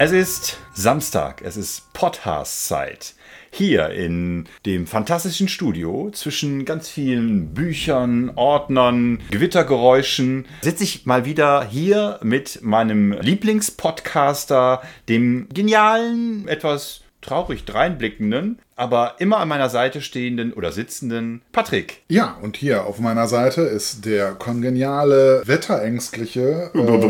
Es ist Samstag, es ist Podcast-Zeit. Hier in dem fantastischen Studio zwischen ganz vielen Büchern, Ordnern, Gewittergeräuschen sitze ich mal wieder hier mit meinem Lieblingspodcaster, dem genialen, etwas traurig dreinblickenden, aber immer an meiner Seite stehenden oder sitzenden Patrick. Ja, und hier auf meiner Seite ist der kongeniale, wetterängstliche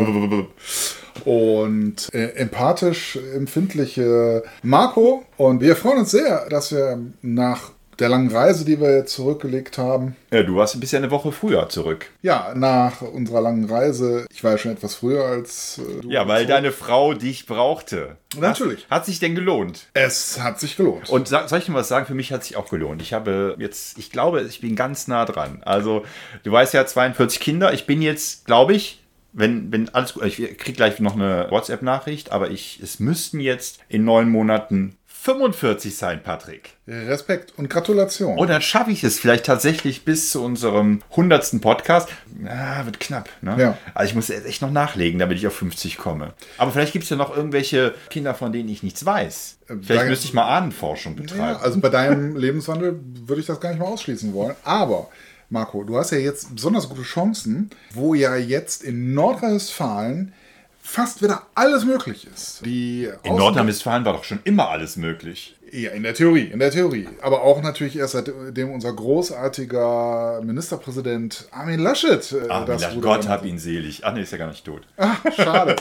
und empathisch empfindliche Marco. Und wir freuen uns sehr, dass wir nach der langen Reise, die wir jetzt zurückgelegt haben. Ja, du warst ein bisschen eine Woche früher zurück. Ja, nach unserer langen Reise. Ich war ja schon etwas früher als du. Ja, weil deine Frau dich brauchte. Natürlich. Hat sich denn gelohnt? Es hat sich gelohnt. Und soll ich dir was sagen? Für mich hat sich auch gelohnt. Ich glaube, ich bin ganz nah dran. Also, du weißt ja, 42 Kinder. Ich bin jetzt, glaube ich, wenn alles gut, ich kriege gleich noch eine WhatsApp-Nachricht, aber es müssten jetzt in 9 Monaten 45 sein, Patrick. Respekt und Gratulation. Und dann schaffe ich es vielleicht tatsächlich bis zu unserem 100. Podcast. Wird knapp, ne? Ja. Also ich muss echt noch nachlegen, damit ich auf 50 komme. Aber vielleicht gibt es ja noch irgendwelche Kinder, von denen ich nichts weiß. Vielleicht müsste ich mal Ahnenforschung betreiben. Ja, also bei deinem Lebenswandel würde ich das gar nicht mal ausschließen wollen. Aber, Marco, du hast ja jetzt besonders gute Chancen, wo ja jetzt in Nordrhein-Westfalen fast wieder alles möglich ist. In Nordrhein-Westfalen war doch schon immer alles möglich. Ja, in der Theorie. Aber auch natürlich erst seitdem unser großartiger Ministerpräsident Armin Laschet Gott hab ihn selig. Ach nee, ist ja gar nicht tot. Ach, schade.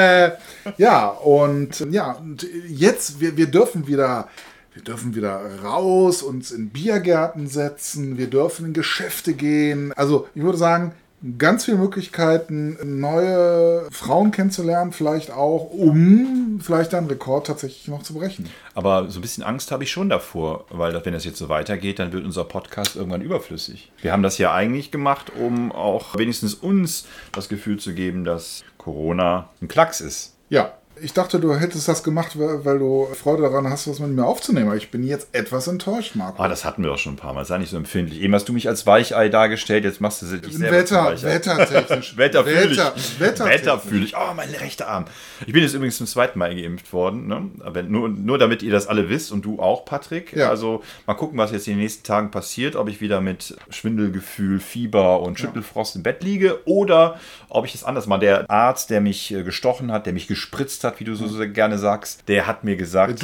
Und jetzt, wir dürfen wieder raus, uns in Biergärten setzen, wir dürfen in Geschäfte gehen. Also ich würde sagen, ganz viele Möglichkeiten, neue Frauen kennenzulernen, vielleicht auch, um vielleicht einen Rekord tatsächlich noch zu brechen. Aber so ein bisschen Angst habe ich schon davor, weil wenn das jetzt so weitergeht, dann wird unser Podcast irgendwann überflüssig. Wir haben das ja eigentlich gemacht, um auch wenigstens uns das Gefühl zu geben, dass Corona ein Klacks ist. Ja. Ich dachte, du hättest das gemacht, weil du Freude daran hast, was mit mir aufzunehmen. Aber ich bin jetzt etwas enttäuscht, Marco. Das hatten wir doch schon ein paar Mal. Sei nicht so empfindlich. Eben hast du mich als Weichei dargestellt, jetzt machst du dich selber wettertechnisch. Wetter fühle ich. Oh, mein rechter Arm. Ich bin jetzt übrigens zum 2. Mal geimpft worden. Ne? Aber nur damit ihr das alle wisst und du auch, Patrick. Ja. Also mal gucken, was jetzt in den nächsten Tagen passiert. Ob ich wieder mit Schwindelgefühl, Fieber und Schüttelfrost im Bett liege oder ob ich das anders mache. Der Arzt, der mich gestochen hat, der mich gespritzt hat, wie du so gerne sagst, der hat mir gesagt,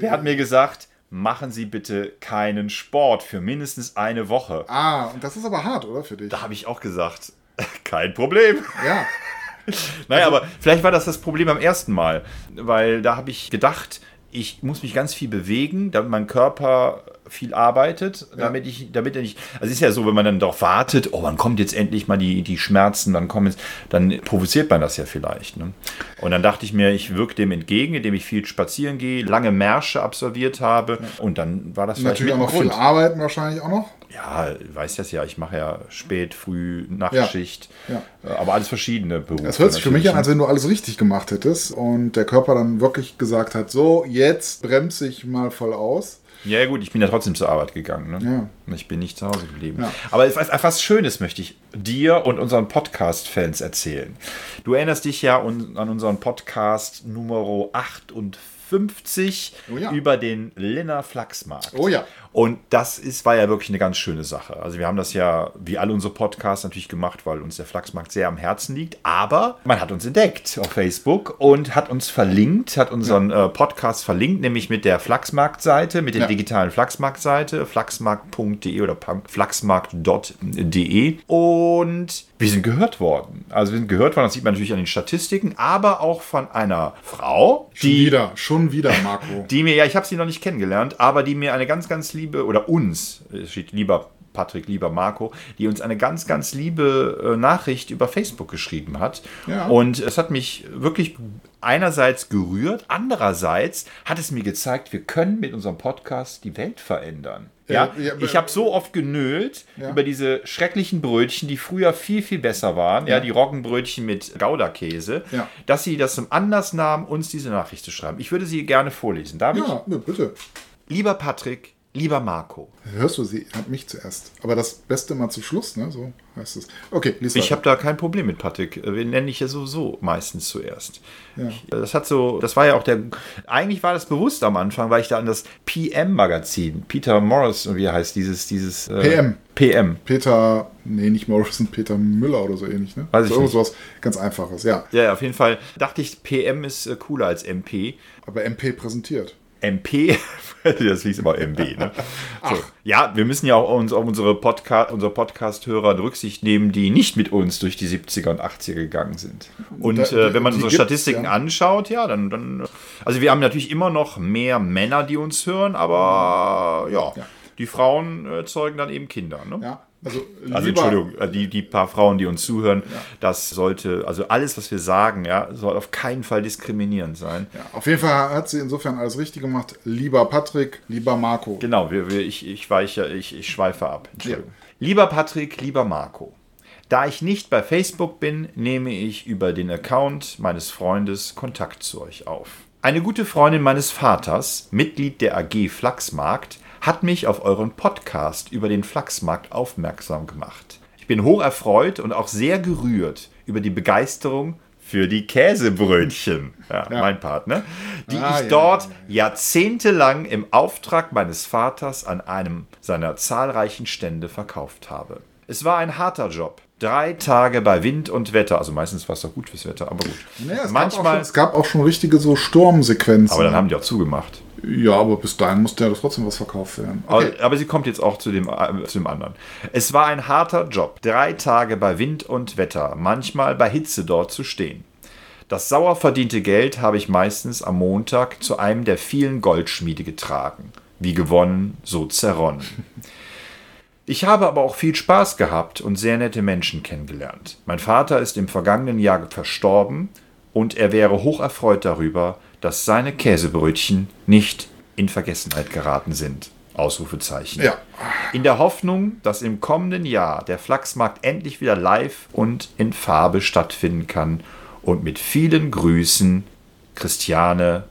machen Sie bitte keinen Sport für mindestens eine Woche. Und das ist aber hart, oder, für dich? Da habe ich auch gesagt, kein Problem. Ja. Naja, aber vielleicht war das Problem beim ersten Mal, weil da habe ich gedacht, ich muss mich ganz viel bewegen, damit mein Körper viel arbeitet, damit er nicht. Also es ist ja so, wenn man dann doch wartet, wann kommt jetzt endlich mal die Schmerzen, dann provoziert man das ja vielleicht. Ne? Und dann dachte ich mir, ich wirke dem entgegen, indem ich viel spazieren gehe, lange Märsche absolviert habe und dann war das natürlich auch noch viel arbeiten wahrscheinlich auch noch. Ja, du weißt das ja, ich mache ja spät, früh, Nachtschicht, aber alles verschiedene Berufe. Es hört sich für mich an, als wenn du alles richtig gemacht hättest und der Körper dann wirklich gesagt hat, so, jetzt bremse ich mal voll aus. Ja gut, ich bin ja trotzdem zur Arbeit gegangen. Ne? Ja. Ich bin nicht zu Hause geblieben. Ja. Aber etwas Schönes möchte ich dir und unseren Podcast-Fans erzählen. Du erinnerst dich ja an unseren Podcast Nummer 58 über den Linner Flachsmarkt. Oh ja. Und das war ja wirklich eine ganz schöne Sache. Also wir haben das ja, wie alle unsere Podcasts, natürlich gemacht, weil uns der Flachsmarkt sehr am Herzen liegt. Aber man hat uns entdeckt auf Facebook und hat uns verlinkt, hat unseren Podcast verlinkt, nämlich mit der Flachsmarkt-Seite, mit der digitalen Flachsmarkt-Seite, flachsmarkt.de oder flachsmarkt.de. Und wir sind gehört worden. Also wir sind gehört worden, das sieht man natürlich an den Statistiken, aber auch von einer Frau, Schon wieder, Marco. Die mir, ich habe sie noch nicht kennengelernt, aber die mir eine ganz, ganz liebe, oder uns, es steht lieber Patrick, lieber Marco, die uns eine ganz, ganz liebe Nachricht über Facebook geschrieben hat. Ja. Und es hat mich wirklich einerseits gerührt, andererseits hat es mir gezeigt, wir können mit unserem Podcast die Welt verändern. Ja, ich habe so oft genölt über diese schrecklichen Brötchen, die früher viel, viel besser waren, die Roggenbrötchen mit Gouda-Käse, dass sie das zum Anlass nahmen, uns diese Nachricht zu schreiben. Ich würde sie gerne vorlesen. Darf ich? Ja, bitte. Lieber Patrick, lieber Marco. Hörst du, sie hat mich zuerst. Aber das Beste mal zum Schluss, ne? So heißt es. Okay, lies weiter. Ich habe da kein Problem mit, Patrick. Wir nennen dich ja sowieso meistens zuerst. Ja. Das war ja auch eigentlich war das bewusst am Anfang, weil ich da an das PM-Magazin, Peter Morrison, wie heißt dieses PM. Nicht Morrison, Peter Müller oder so ähnlich, ne? Weiß ich nicht. Sowas ganz Einfaches, ja. Ja, auf jeden Fall dachte ich, PM ist cooler als MP. Aber MP präsentiert. MP, das hieß immer MB, ne? So. Ja, wir müssen ja auch auf unsere Podcast-Hörer Rücksicht nehmen, die nicht mit uns durch die 70er und 80er gegangen sind. Und wenn man unsere Statistiken anschaut, ja, dann. Also wir haben natürlich immer noch mehr Männer, die uns hören, aber die Frauen zeugen dann eben Kinder, ne? Ja. Also Entschuldigung, die paar Frauen, die uns zuhören, das sollte, also alles, was wir sagen, soll auf keinen Fall diskriminierend sein. Ja, auf jeden Fall hat sie insofern alles richtig gemacht. Lieber Patrick, lieber Marco. Genau, ich schweife ab. Entschuldigung. Ja. Lieber Patrick, lieber Marco. Da ich nicht bei Facebook bin, nehme ich über den Account meines Freundes Kontakt zu euch auf. Eine gute Freundin meines Vaters, Mitglied der AG Flachsmarkt, hat mich auf euren Podcast über den Flachsmarkt aufmerksam gemacht. Ich bin hoch erfreut und auch sehr gerührt über die Begeisterung für die Käsebrötchen, mein Partner, die ich dort jahrzehntelang im Auftrag meines Vaters an einem seiner zahlreichen Stände verkauft habe. Es war ein harter Job. 3 Tage bei Wind und Wetter, also meistens war es doch gut fürs Wetter, aber gut. Naja, es gab auch schon richtige so Sturmsequenzen. Aber dann haben die auch zugemacht. Ja, aber bis dahin musste ja trotzdem was verkauft werden. Okay. Aber sie kommt jetzt auch zu dem anderen. Es war ein harter Job, 3 Tage bei Wind und Wetter, manchmal bei Hitze dort zu stehen. Das sauer verdiente Geld habe ich meistens am Montag zu einem der vielen Goldschmiede getragen. Wie gewonnen, so zerronnen. Ich habe aber auch viel Spaß gehabt und sehr nette Menschen kennengelernt. Mein Vater ist im vergangenen Jahr verstorben und er wäre hocherfreut darüber, dass seine Käsebrötchen nicht in Vergessenheit geraten sind. Ausrufezeichen. Ja. In der Hoffnung, dass im kommenden Jahr der Flachsmarkt endlich wieder live und in Farbe stattfinden kann. Und mit vielen Grüßen, Christiane.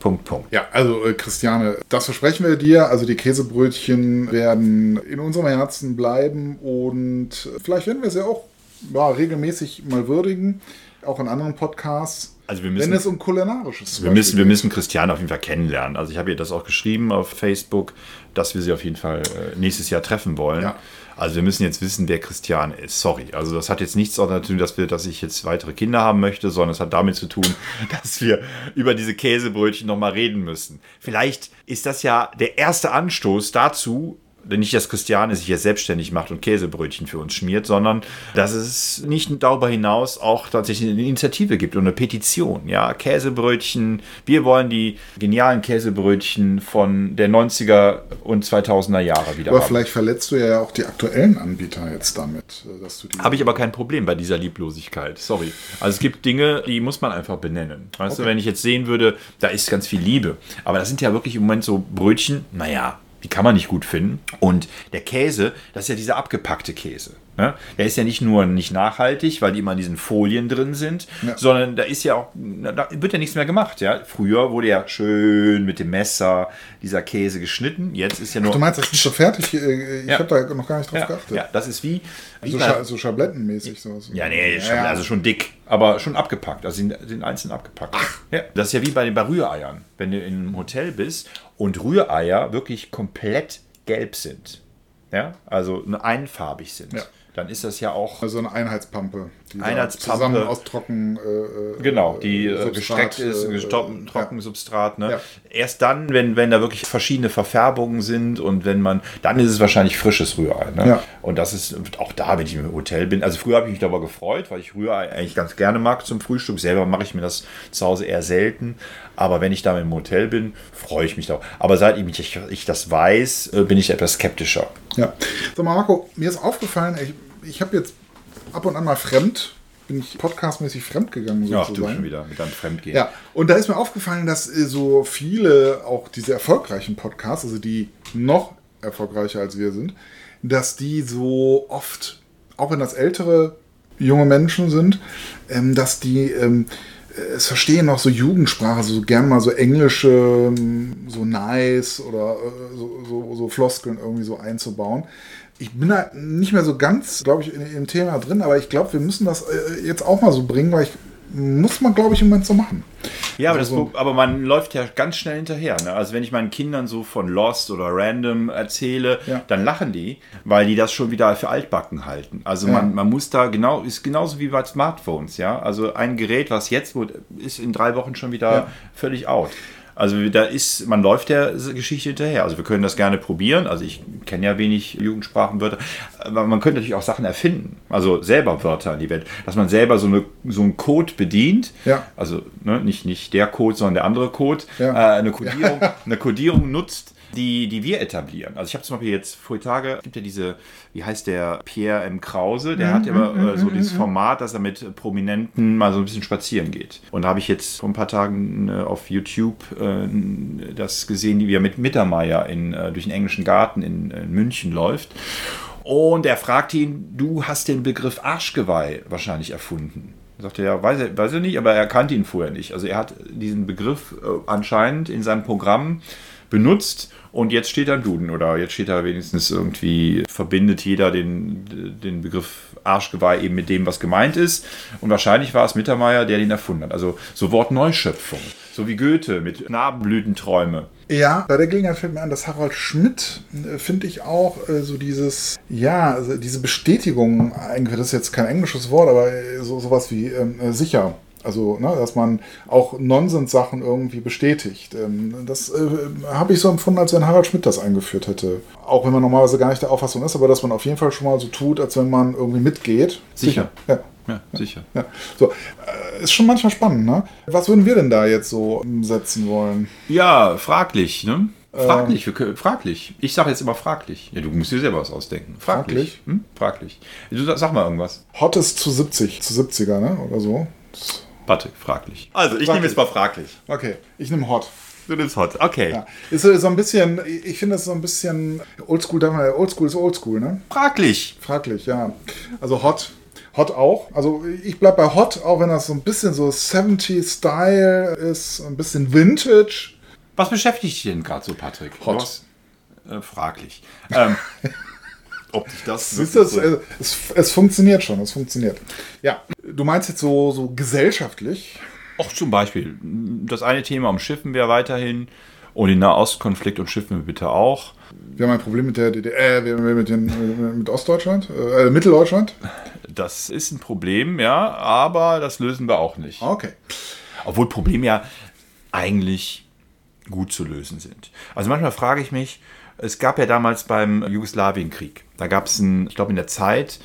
Ja, also Christiane, das versprechen wir dir. Also die Käsebrötchen werden in unserem Herzen bleiben und vielleicht werden wir sie auch regelmäßig mal würdigen, auch in anderen Podcasts. Also wenn es um Kulinarisches geht. Wir müssen Christiane auf jeden Fall kennenlernen. Also ich habe ihr das auch geschrieben auf Facebook, dass wir sie auf jeden Fall nächstes Jahr treffen wollen. Ja. Also wir müssen jetzt wissen, wer Christiane ist. Sorry, also das hat jetzt nichts damit zu tun, dass ich jetzt weitere Kinder haben möchte, sondern es hat damit zu tun, dass wir über diese Käsebrötchen nochmal reden müssen. Vielleicht ist das ja der erste Anstoß dazu, nicht, dass Christiane sich jetzt selbstständig macht und Käsebrötchen für uns schmiert, sondern dass es nicht darüber hinaus auch tatsächlich eine Initiative gibt und eine Petition. Ja, Käsebrötchen, wir wollen die genialen Käsebrötchen von der 90er und 2000er Jahre wieder haben. Aber vielleicht verletzt du ja auch die aktuellen Anbieter jetzt damit. Dass du habe ich aber kein Problem bei dieser Lieblosigkeit. Sorry. Also es gibt Dinge, die muss man einfach benennen. Weißt du, wenn ich jetzt sehen würde, da ist ganz viel Liebe. Aber das sind ja wirklich im Moment so Brötchen, die kann man nicht gut finden. Und der Käse, das ist ja dieser abgepackte Käse. Ne? Der ist ja nicht nur nicht nachhaltig, weil die immer in diesen Folien drin sind, sondern da ist ja auch, da wird ja nichts mehr gemacht. Ja? Früher wurde ja schön mit dem Messer dieser Käse geschnitten. Jetzt ist ja nur... Du meinst, das ist schon fertig? Ich habe da noch gar nicht drauf geachtet. Ja, das ist wie so schablettenmäßig. Also schon dick, aber schon abgepackt. Also sind einzeln abgepackt. Ja, das ist ja wie bei Rühreiern. Wenn du in einem Hotel bist und Rühreier wirklich komplett gelb sind, ja, also einfarbig sind, dann ist das ja auch... Also eine Einheitspampe. Die zusammen aus Trocken... die gestreckt ist, Trockensubstrat. Ne? Ja. Erst dann, wenn da wirklich verschiedene Verfärbungen sind und dann ist es wahrscheinlich frisches Rührei. Ne? Ja. Und das ist auch da, wenn ich im Hotel bin. Also früher habe ich mich darüber gefreut, weil ich Rührei eigentlich ganz gerne mag zum Frühstück. Selber mache ich mir das zu Hause eher selten. Aber wenn ich da im Hotel bin, freue ich mich darauf. Aber seit ich das weiß, bin ich etwas skeptischer. Ja. Sag mal, Marco, mir ist aufgefallen, ich habe jetzt ab und an mal bin ich podcastmäßig fremd gegangen. Ja, du schon wieder mit deinem Fremdgehen. Ja, und da ist mir aufgefallen, dass so viele, auch diese erfolgreichen Podcasts, also die noch erfolgreicher als wir sind, dass die so oft, auch wenn das ältere junge Menschen sind, dass die es verstehen noch so Jugendsprache, so gern mal so englische, so nice oder so Floskeln irgendwie so einzubauen. Ich bin da nicht mehr so ganz, glaube ich, im Thema drin, aber ich glaube, wir müssen das jetzt auch mal so bringen, weil muss man, glaube ich, im Moment so machen. Ja, aber man läuft ja ganz schnell hinterher. Ne? Also wenn ich meinen Kindern so von Lost oder Random erzähle, dann lachen die, weil die das schon wieder für altbacken halten. Also man muss da ist genauso wie bei Smartphones. Ja? Also ein Gerät, was jetzt ist in 3 Wochen schon wieder völlig out. Also man läuft der Geschichte hinterher. Also wir können das gerne probieren. Also ich kenne ja wenig Jugendsprachenwörter. Aber man könnte natürlich auch Sachen erfinden. Also selber Wörter in die Welt. Dass man selber so einen Code bedient. Ja. Also nicht der Code, sondern der andere Code. Ja. Eine Codierung nutzt, die wir etablieren. Also ich habe zum Beispiel jetzt vor Tage, gibt ja diese, wie heißt der, Pierre M. Krause, der hat ja so dieses Format, dass er mit Prominenten mal so ein bisschen spazieren geht. Und da habe ich jetzt vor ein paar Tagen auf YouTube das gesehen, wie er mit Mittermeier durch den englischen Garten in München läuft. Und er fragt ihn, du hast den Begriff Arschgeweih wahrscheinlich erfunden. Er sagte, ja, weiß er nicht, aber er kannte ihn vorher nicht. Also er hat diesen Begriff anscheinend in seinem Programm benutzt und jetzt steht da ein Duden oder jetzt steht da wenigstens irgendwie, verbindet jeder den Begriff Arschgeweih eben mit dem, was gemeint ist, und wahrscheinlich war es Mittermeier, der den erfunden hat. Also so Wortneuschöpfung, so wie Goethe mit Narbenblütenträume. Ja, bei der Gelegenheit fällt mir an, dass Harald Schmidt, finde ich auch, so diese Bestätigung, eigentlich, das ist jetzt kein englisches Wort, aber sowas wie sicher. Also, dass man auch Nonsens-Sachen irgendwie bestätigt. Das habe ich so empfunden, als wenn Harald Schmidt das eingeführt hätte. Auch wenn man normalerweise gar nicht der Auffassung ist, aber dass man auf jeden Fall schon mal so tut, als wenn man irgendwie mitgeht. Sicher. Ja. Ja, sicher. Ja. So, ist schon manchmal spannend, ne? Was würden wir denn da jetzt so setzen wollen? Ja, fraglich, ne? Fraglich. Ich sage jetzt immer fraglich. Ja, du musst dir selber was ausdenken. Fraglich? Fraglich. Sag mal irgendwas. Hot ist zu 70er, ne? Oder so. Warte, fraglich. Also, ich nehme jetzt mal fraglich. Okay, ich nehme Hot. Du nimmst Hot, okay. Ja. Ist so ein bisschen, ich finde das so ein bisschen Oldschool ist Oldschool, ne? Fraglich, ja. Also Hot auch. Also ich bleib bei Hot, auch wenn das so ein bisschen so 70s-Style ist, ein bisschen Vintage. Was beschäftigt dich denn gerade so, Patrick? Hot. Fraglich. Ob dich das... Es funktioniert schon, es funktioniert. Ja, du meinst jetzt so gesellschaftlich? Auch zum Beispiel, das eine Thema umschiffen wir weiterhin und den Nahostkonflikt umschiffen wir bitte auch. Wir haben ein Problem mit der DDR, mit Ostdeutschland, Mitteldeutschland. Das ist ein Problem, ja, aber das lösen wir auch nicht. Okay. Obwohl Probleme ja eigentlich gut zu lösen sind. Also manchmal frage ich mich, es gab ja damals beim Jugoslawienkrieg, da gab es ich glaube in der Zeit,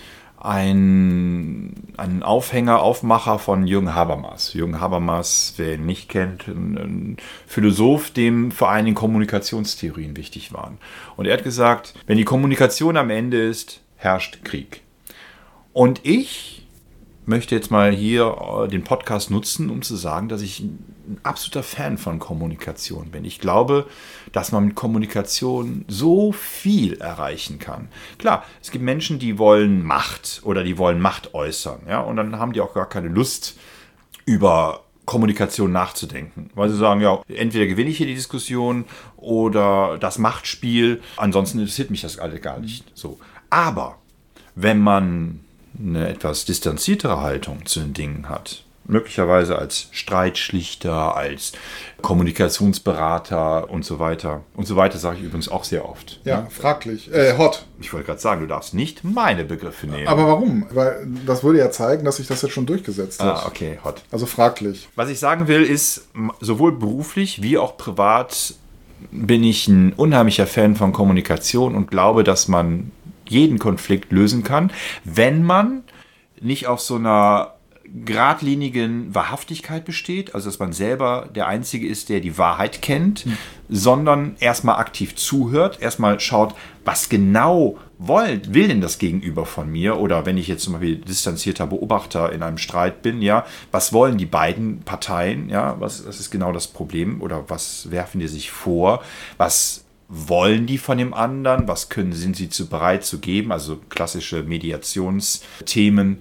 einen Aufmacher von Jürgen Habermas. Jürgen Habermas, wer ihn nicht kennt, ein Philosoph, dem vor allen Dingen Kommunikationstheorien wichtig waren. Und er hat gesagt, wenn die Kommunikation am Ende ist, herrscht Krieg. Und ich möchte jetzt mal hier den Podcast nutzen, um zu sagen, dass ich ein absoluter Fan von Kommunikation bin. Ich glaube, dass man mit Kommunikation so viel erreichen kann. Klar, es gibt Menschen, die wollen Macht oder die wollen Macht äußern, ja, und dann haben die auch gar keine Lust, über Kommunikation nachzudenken, weil sie sagen, ja, entweder gewinne ich hier die Diskussion oder das Machtspiel, ansonsten interessiert mich das alle gar nicht. So. Aber wenn man eine etwas distanziertere Haltung zu den Dingen hat, möglicherweise als Streitschlichter, als Kommunikationsberater und so weiter. Und so weiter sage ich übrigens auch sehr oft. Ja, fraglich. Hot. Ich wollte gerade sagen, du darfst nicht meine Begriffe nehmen. Aber warum? Weil das würde ja zeigen, dass sich das jetzt schon durchgesetzt hat. Ah, okay, hot. Also fraglich. Was ich sagen will, ist, sowohl beruflich wie auch privat bin ich ein unheimlicher Fan von Kommunikation und glaube, dass man jeden Konflikt lösen kann, wenn man nicht auf so einer geradlinigen Wahrhaftigkeit besteht, also dass man selber der Einzige ist, der die Wahrheit kennt, sondern erstmal aktiv zuhört, erstmal schaut, was genau will denn das Gegenüber von mir, oder wenn ich jetzt zum Beispiel distanzierter Beobachter in einem Streit bin, ja, was wollen die beiden Parteien, ja, was ist genau das Problem oder was werfen die sich vor, was wollen die von dem anderen, sind sie bereit zu geben, also klassische Mediationsthemen.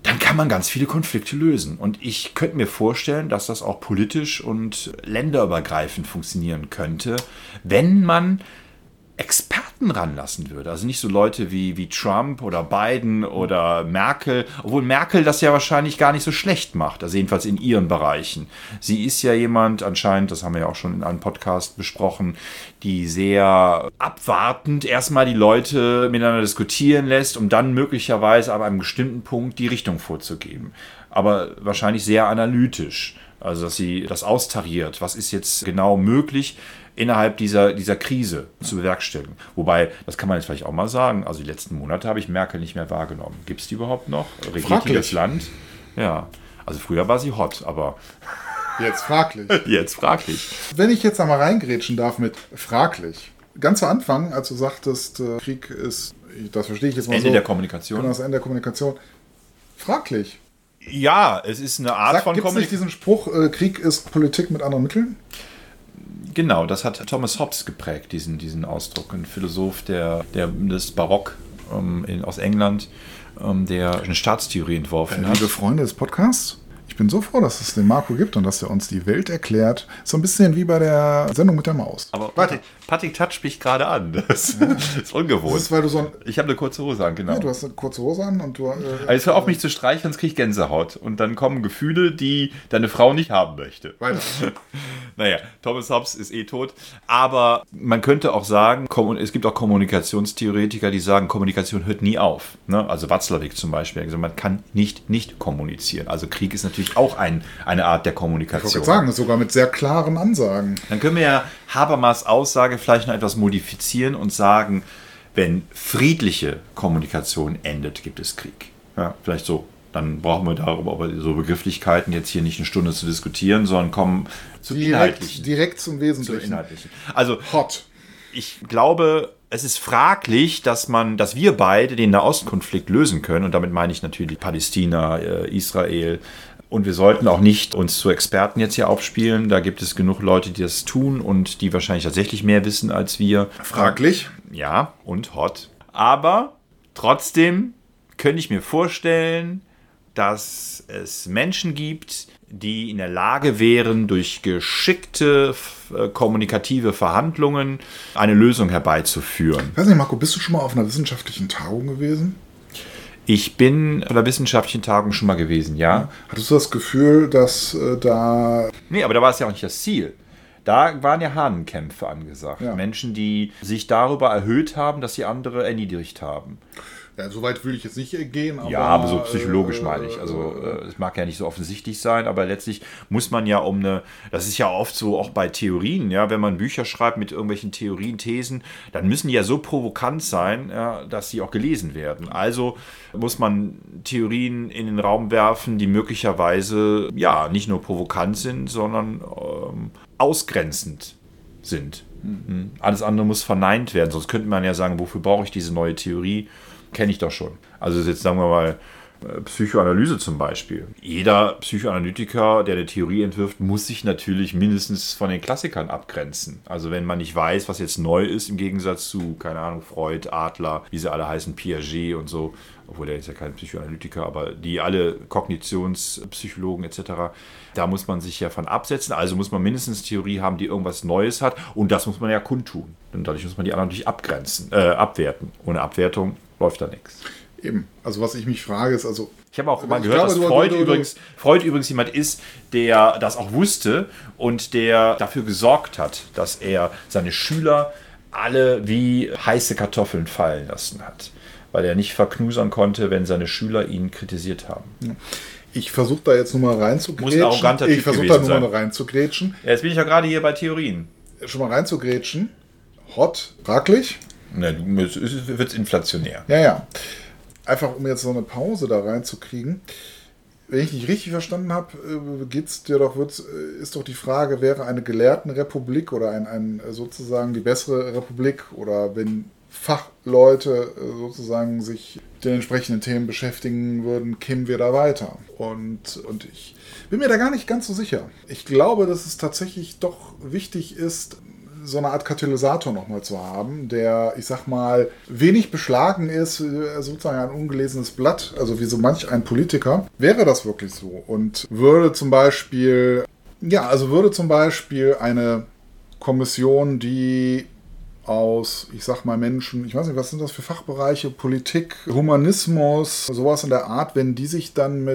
dann kann man ganz viele Konflikte lösen. Und ich könnte mir vorstellen, dass das auch politisch und länderübergreifend funktionieren könnte, wenn man Experten ranlassen würde. Also nicht so Leute wie Trump oder Biden oder Merkel, obwohl Merkel das ja wahrscheinlich gar nicht so schlecht macht, also jedenfalls in ihren Bereichen. Sie ist ja jemand anscheinend, das haben wir ja auch schon in einem Podcast besprochen, die sehr abwartend erstmal die Leute miteinander diskutieren lässt, um dann möglicherweise ab einem bestimmten Punkt die Richtung vorzugeben. Aber wahrscheinlich sehr analytisch. Also dass sie das austariert. Was ist jetzt genau möglich innerhalb dieser Krise zu bewerkstelligen? Wobei, das kann man jetzt vielleicht auch mal sagen, also die letzten Monate habe ich Merkel nicht mehr wahrgenommen. Gibt es die überhaupt noch? Regiert die das Land? Ja, also früher war sie hot, aber... Jetzt fraglich. Jetzt fraglich. Wenn ich jetzt einmal reingrätschen darf mit fraglich. Ganz zu Anfang, als du sagtest, Krieg ist, das verstehe ich jetzt mal Ende so. der Kommunikation. Genau, das Ende der Kommunikation. Fraglich. Ja, es ist eine Art von Kommunikation. Gibt es nicht diesen Spruch, Krieg ist Politik mit anderen Mitteln? Genau, das hat Thomas Hobbes geprägt, diesen Ausdruck. Ein Philosoph des Barock aus England, der eine Staatstheorie entworfen hat. Liebe Freunde des Podcasts, ich bin so froh, dass es den Marco gibt und dass er uns die Welt erklärt. So ein bisschen wie bei der Sendung mit der Maus. Aber Patrick toucht mich gerade an. Das ist ungewohnt. Das ist, weil du ich habe eine kurze Hose an, genau. Ja, du hast eine kurze Hose an und du... Also hör auf mich zu streicheln, sonst krieg ich Gänsehaut. Und dann kommen Gefühle, die deine Frau nicht haben möchte. Weiter. Naja, Thomas Hobbes ist tot. Aber man könnte auch sagen, es gibt auch Kommunikationstheoretiker, die sagen, Kommunikation hört nie auf. Ne? Also Watzlawick zum Beispiel. Also man kann nicht kommunizieren. Also Krieg ist natürlich auch eine Art der Kommunikation. Ich wollte sagen, das sogar mit sehr klaren Ansagen. Dann können wir ja Habermas Aussage vielleicht noch etwas modifizieren und sagen, wenn friedliche Kommunikation endet, gibt es Krieg. Ja, vielleicht so. Dann brauchen wir darüber so Begrifflichkeiten jetzt hier nicht eine Stunde zu diskutieren, sondern kommen zu Inhaltlichen. Direkt zum Wesentlichen. Also, hot. Ich glaube, es ist fraglich, dass wir beide den Nahostkonflikt lösen können. Und damit meine ich natürlich Palästina, Israel. Und wir sollten auch nicht uns zu Experten jetzt hier aufspielen. Da gibt es genug Leute, die das tun und die wahrscheinlich tatsächlich mehr wissen als wir. Fraglich. Ja, und hot. Aber trotzdem könnte ich mir vorstellen, dass es Menschen gibt, die in der Lage wären, durch geschickte kommunikative Verhandlungen eine Lösung herbeizuführen. Ich weiß nicht, Marco, bist du schon mal auf einer wissenschaftlichen Tagung gewesen? Ich bin bei der wissenschaftlichen Tagung schon mal gewesen, ja. Hattest du das Gefühl, dass da... Nee, aber da war es ja auch nicht das Ziel. Da waren ja Hahnenkämpfe angesagt. Ja. Menschen, die sich darüber erhöht haben, dass sie andere erniedrigt haben. Ja, so weit will ich jetzt nicht gehen. Aber, ja, aber so psychologisch meine ich. Also es mag ja nicht so offensichtlich sein, aber letztlich muss man ja das ist ja oft so auch bei Theorien, ja, wenn man Bücher schreibt mit irgendwelchen Theorien, Thesen, dann müssen die ja so provokant sein, ja, dass sie auch gelesen werden. Also muss man Theorien in den Raum werfen, die möglicherweise ja nicht nur provokant sind, sondern ausgrenzend sind. Alles andere muss verneint werden, sonst könnte man ja sagen, wofür brauche ich diese neue Theorie? Kenne ich doch schon. Also jetzt sagen wir mal Psychoanalyse zum Beispiel. Jeder Psychoanalytiker, der eine Theorie entwirft, muss sich natürlich mindestens von den Klassikern abgrenzen. Also wenn man nicht weiß, was jetzt neu ist, im Gegensatz zu, keine Ahnung, Freud, Adler, wie sie alle heißen, Piaget und so, obwohl der ist ja kein Psychoanalytiker, aber die alle Kognitionspsychologen etc., da muss man sich ja von absetzen. Also muss man mindestens Theorie haben, die irgendwas Neues hat und das muss man ja kundtun. Und dadurch muss man die anderen natürlich abwerten. Ohne Abwertung läuft da nichts. Eben. Also was ich mich frage ist, also... Ich habe auch mal gehört, dass Freud übrigens jemand ist, der das auch wusste und der dafür gesorgt hat, dass er seine Schüler alle wie heiße Kartoffeln fallen lassen hat. Weil er nicht verknusern konnte, wenn seine Schüler ihn kritisiert haben. Ich versuche da jetzt nur mal reinzugrätschen. Muss ein arroganter Typ gewesen sein. Ich versuche da nur mal reinzugrätschen. Ja, jetzt bin ich ja gerade hier bei Theorien. Schon mal reinzugrätschen. Hot, fraglich. Ne, es wird inflationär. Ja. Einfach um jetzt so eine Pause da reinzukriegen. Wenn ich nicht richtig verstanden habe, ist doch die Frage, wäre eine Gelehrtenrepublik oder ein sozusagen die bessere Republik oder wenn Fachleute sozusagen sich mit den entsprechenden Themen beschäftigen würden, kämen wir da weiter. Und ich bin mir da gar nicht ganz so sicher. Ich glaube, dass es tatsächlich doch wichtig ist, so eine Art Katalysator nochmal zu haben, der, ich sag mal, wenig beschlagen ist, sozusagen ein ungelesenes Blatt, also wie so manch ein Politiker, wäre das wirklich so und würde zum Beispiel eine Kommission, die aus, ich sag mal, Menschen, ich weiß nicht, was sind das für Fachbereiche, Politik, Humanismus, sowas in der Art, wenn sich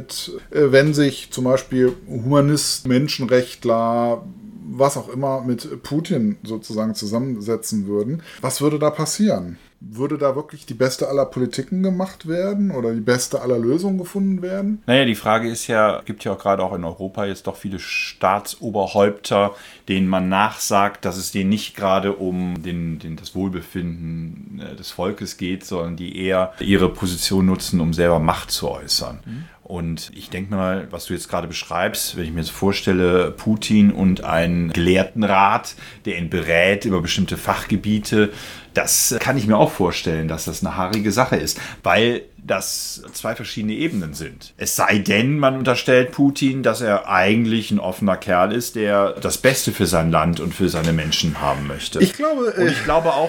zum Beispiel Humanisten, Menschenrechtler, was auch immer, mit Putin sozusagen zusammensetzen würden, was würde da passieren? Würde da wirklich die beste aller Politiken gemacht werden oder die beste aller Lösungen gefunden werden? Naja, die Frage ist ja, es gibt ja auch gerade auch in Europa jetzt doch viele Staatsoberhäupter, denen man nachsagt, dass es denen nicht gerade um das Wohlbefinden des Volkes geht, sondern die eher ihre Position nutzen, um selber Macht zu äußern. Und ich denke mal, was du jetzt gerade beschreibst, wenn ich mir so vorstelle, Putin und einen Gelehrtenrat, der ihn berät über bestimmte Fachgebiete, das kann ich mir auch vorstellen, dass das eine haarige Sache ist, weil das zwei verschiedene Ebenen sind. Es sei denn, man unterstellt Putin, dass er eigentlich ein offener Kerl ist, der das Beste für sein Land und für seine Menschen haben möchte. Ich glaube auch,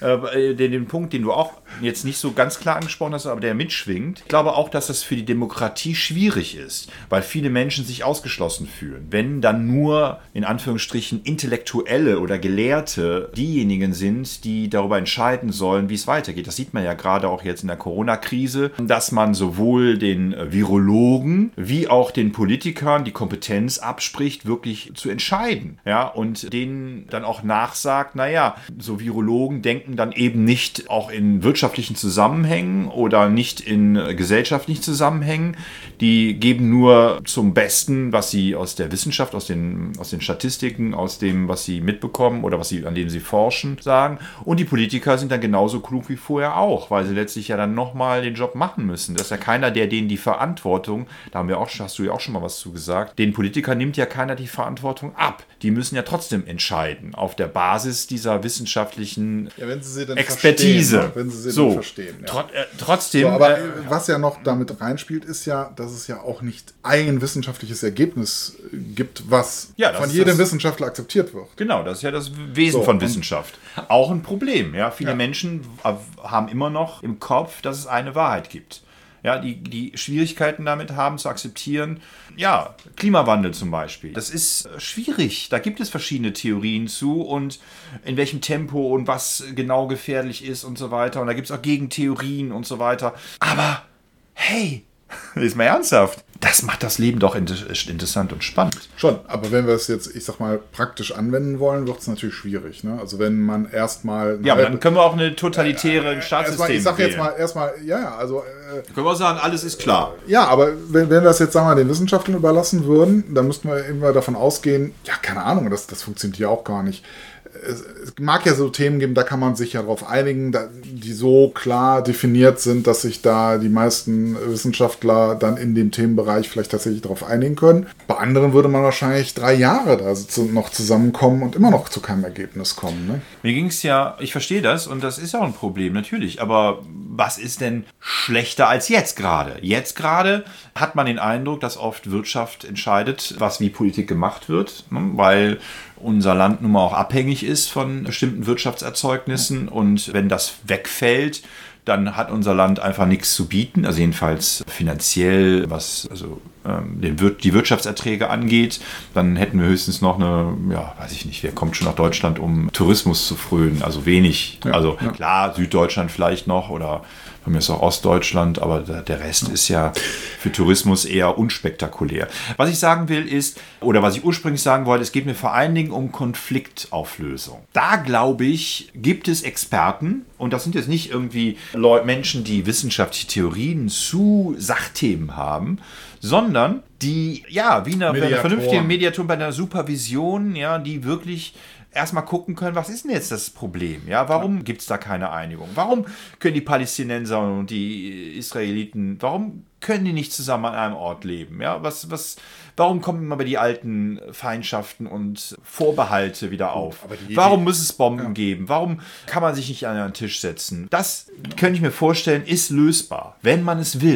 den Punkt, den du auch jetzt nicht so ganz klar angesprochen hast, aber der mitschwingt. Ich glaube auch, dass das für die Demokratie schwierig ist, weil viele Menschen sich ausgeschlossen fühlen. Wenn dann nur, in Anführungsstrichen, Intellektuelle oder Gelehrte diejenigen sind, die darüber entscheiden sollen, wie es weitergeht. Das sieht man ja gerade auch jetzt in der Corona-Krise, dass man sowohl den Virologen wie auch den Politikern die Kompetenz abspricht, wirklich zu entscheiden. Ja, und denen dann auch nachsagt, naja, so Virologen denken dann eben nicht auch in wirtschaftlichen Zusammenhängen oder nicht in gesellschaftlichen Zusammenhängen. Die geben nur zum Besten, was sie aus der Wissenschaft, aus den Statistiken, aus dem, was sie mitbekommen oder an dem sie forschen, sagen. Und die Politiker sind dann genauso klug wie vorher auch, weil sie letztlich ja dann nochmal den Job machen müssen. Das ist ja keiner, der denen die Verantwortung, hast du ja auch schon mal was zu gesagt, den Politikern nimmt ja keiner die Verantwortung ab. Die müssen ja trotzdem entscheiden, auf der Basis dieser wissenschaftlichen wenn sie sie denn Expertise. Verstehen, wenn sie sie denn verstehen. Ja. Trotzdem. So, aber was ja noch damit reinspielt, ist ja, dass es ja auch nicht ein wissenschaftliches Ergebnis gibt, was von jedem Wissenschaftler akzeptiert wird. Genau, das ist ja das Wesen von Wissenschaft. Auch ein Problem. Ja? Viele Menschen haben immer noch im Kopf, dass es eine Wahrheit gibt. Ja, die Schwierigkeiten damit haben zu akzeptieren. Ja, Klimawandel zum Beispiel. Das ist schwierig. Da gibt es verschiedene Theorien zu und in welchem Tempo und was genau gefährlich ist und so weiter. Und da gibt es auch Gegentheorien und so weiter. Aber hey, ist mal ernsthaft. Das macht das Leben doch interessant und spannend. Schon, aber wenn wir es jetzt, ich sag mal, praktisch anwenden wollen, wird es natürlich schwierig. Ne? Also wenn man erstmal... Ja, aber dann können wir auch eine totalitäre Staatssystem Ich sag jetzt mal erstmal, also... können wir auch sagen, alles ist klar. Ja, aber wenn wir das jetzt, sagen wir mal, den Wissenschaftlern überlassen würden, dann müssten wir immer davon ausgehen, ja, keine Ahnung, das funktioniert ja auch gar nicht. Es mag ja so Themen geben, da kann man sich ja darauf einigen, die so klar definiert sind, dass sich da die meisten Wissenschaftler dann in dem Themenbereich vielleicht tatsächlich darauf einigen können. Bei anderen würde man wahrscheinlich 3 Jahre da noch zusammenkommen und immer noch zu keinem Ergebnis kommen. Ne? Mir ging es ja, ich verstehe das und das ist auch ein Problem, natürlich, aber was ist denn schlechter als jetzt gerade? Jetzt gerade hat man den Eindruck, dass oft Wirtschaft entscheidet, was wie Politik gemacht wird, ne? Weil unser Land nun mal auch abhängig ist von bestimmten Wirtschaftserzeugnissen und wenn das wegfällt, dann hat unser Land einfach nichts zu bieten, also jedenfalls finanziell, was die Wirtschaftserträge angeht. Dann hätten wir höchstens noch weiß ich nicht, wer kommt schon nach Deutschland, um Tourismus zu frönen, also wenig. Ja, klar, Süddeutschland vielleicht noch oder bei mir ist auch Ostdeutschland, aber der Rest ist ja für Tourismus eher unspektakulär. Was ich sagen will ist, oder was ich ursprünglich sagen wollte, es geht mir vor allen Dingen um Konfliktauflösung. Da, glaube ich, gibt es Experten, und das sind jetzt nicht irgendwie Menschen, die wissenschaftliche Theorien zu Sachthemen haben, sondern die, wie eine vernünftige Mediatoren bei einer Supervision, die wirklich erstmal gucken können, was ist denn jetzt das Problem? Ja, warum gibt es da keine Einigung? Warum können die Palästinenser und die Israeliten, warum können die nicht zusammen an einem Ort leben? Ja, warum kommen immer die alten Feindschaften und Vorbehalte wieder auf? Warum muss es Bomben geben? Warum kann man sich nicht an einen Tisch setzen? Das könnte ich mir vorstellen, ist lösbar, wenn man es will.